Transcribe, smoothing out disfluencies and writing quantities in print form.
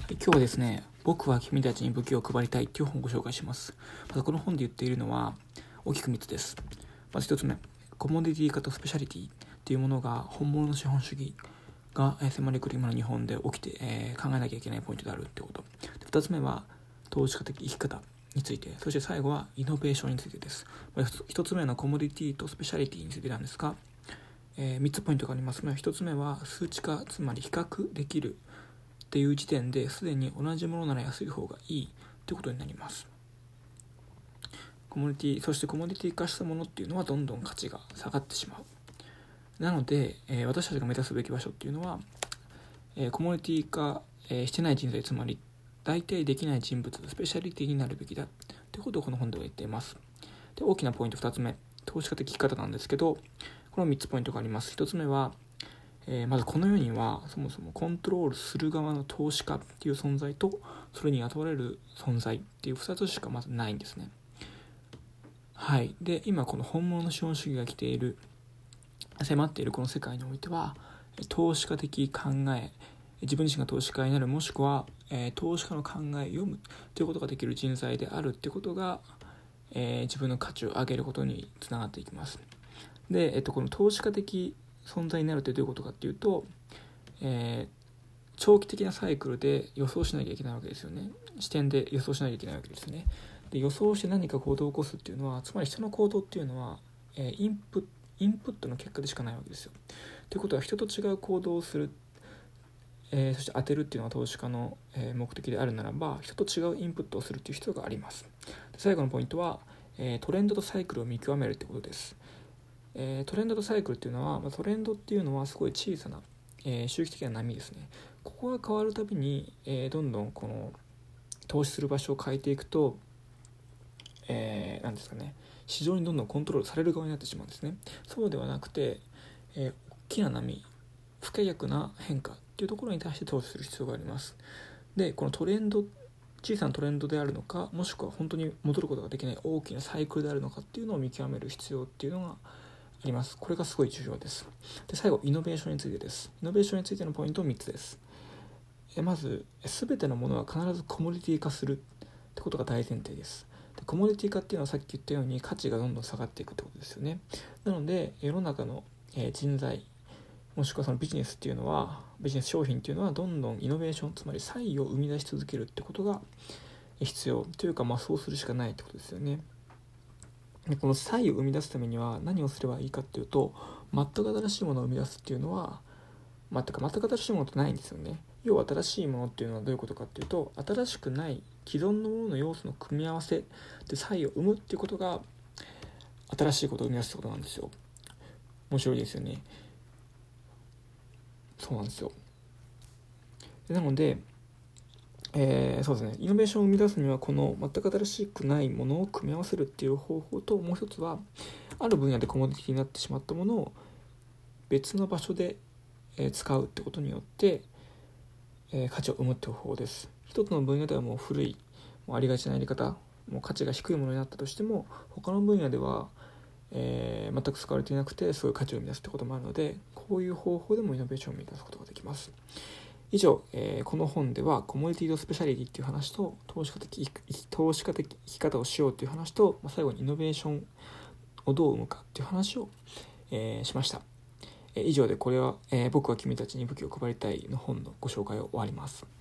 今日はですね、僕は君たちに武器を配りたいという本をご紹介します。またこの本で言っているのは大きく3つです。まず1つ目、コモディティ化とスペシャリティというものが本物の資本主義が迫り来る今の日本で起きて、考えなきゃいけないポイントであるということ。2つ目は投資家的生き方について、そして最後はイノベーションについてです。1つ目のコモディティとスペシャリティについてなんですが、3つポイントがありますが、1つ目は数値化、つまり比較できるっていう時点ですでに同じものなら安い方がいいということになります。そしてコモディティ化したものっていうのはどんどん価値が下がってしまう。なので、私たちが目指すべき場所っていうのは、コモディティ化、してない人材、つまり大体できない人物、スペシャリティになるべきだということをこの本では言っています。で、大きなポイント2つ目、投資家的生き方なんですけど、この3つポイントがあります。1つ目は、まずこの世にはそもそもコントロールする側の投資家っていう存在と、それに雇われる存在っていう2つしかまずないんですね。はい。で、今この本物の資本主義が迫っているこの世界においては、投資家的考え、自分自身が投資家になる、もしくは、投資家の考えを読むということができる人材であるってことが、自分の価値を上げることにつながっていきます。で、この投資家的存在になるってどういうことかっていうと、長期的なサイクルで予想しなきゃいけないわけですよね。視点で予想しなきゃいけないわけですね。で、予想して何か行動を起こすっていうのは、つまり人の行動っていうのは、インプットの結果でしかないわけですよ。ということは、人と違う行動をする、そして当てるっていうのが投資家の、目的であるならば、人と違うインプットをするっていう必要があります。で、最後のポイントは、トレンドとサイクルを見極めるってことです。トレンドとサイクルっていうのは、トレンドっていうのはすごい小さな、周期的な波ですね。ここが変わるたびに、どんどんこの投資する場所を変えていくと、なんですかね、市場にどんどんコントロールされる側になってしまうんですね。そうではなくて、大きな波、不可逆な変化っていうところに対して投資する必要があります。で、このトレンド、小さなトレンドであるのか、もしくは本当に戻ることができない大きなサイクルであるのかっていうのを見極める必要っていうのがあります。これがすごい重要です。で、最後、イノベーションについてです。イノベーションについてのポイント3つです。まず、全てのものは必ずコモディティ化するってことが大前提です。で、コモディティ化っていうのはさっき言ったように価値がどんどん下がっていくってことですよね。なので、世の中の人材、もしくはそのビジネス商品っていうのはどんどんイノベーション、つまり差異を生み出し続けるってことが必要というか、そうするしかないってことですよね。で、この差異を生み出すためには何をすればいいかっていうと、全く新しいものを生み出すっていうのは、全く新しいものってないんですよね。要は新しいものっていうのはどういうことかっていうと、新しくない既存のものの要素の組み合わせで差異を生むっていうことが新しいことを生み出すってことなんですよ。面白いですよね。そうなんですよ。なので、そうですね、イノベーションを生み出すにはこの全く新しくないものを組み合わせるっていう方法と、もう一つはある分野でコモディティになってしまったものを別の場所で使うってことによって、価値を生むっていう方法です。一つの分野ではもう古い、もうありがちなやり方、もう価値が低いものになったとしても、他の分野では、全く使われていなくてすごい価値を生み出すってこともあるので、こういう方法でもイノベーションを生み出すことができます。以上、この本ではコモディティとスペシャリティっていう話と、投資家的生き方をしようっていう話と、最後にイノベーションをどう生むかっていう話を、しました。以上でこれは、僕は君たちに武器を配りたいの本のご紹介を終わります。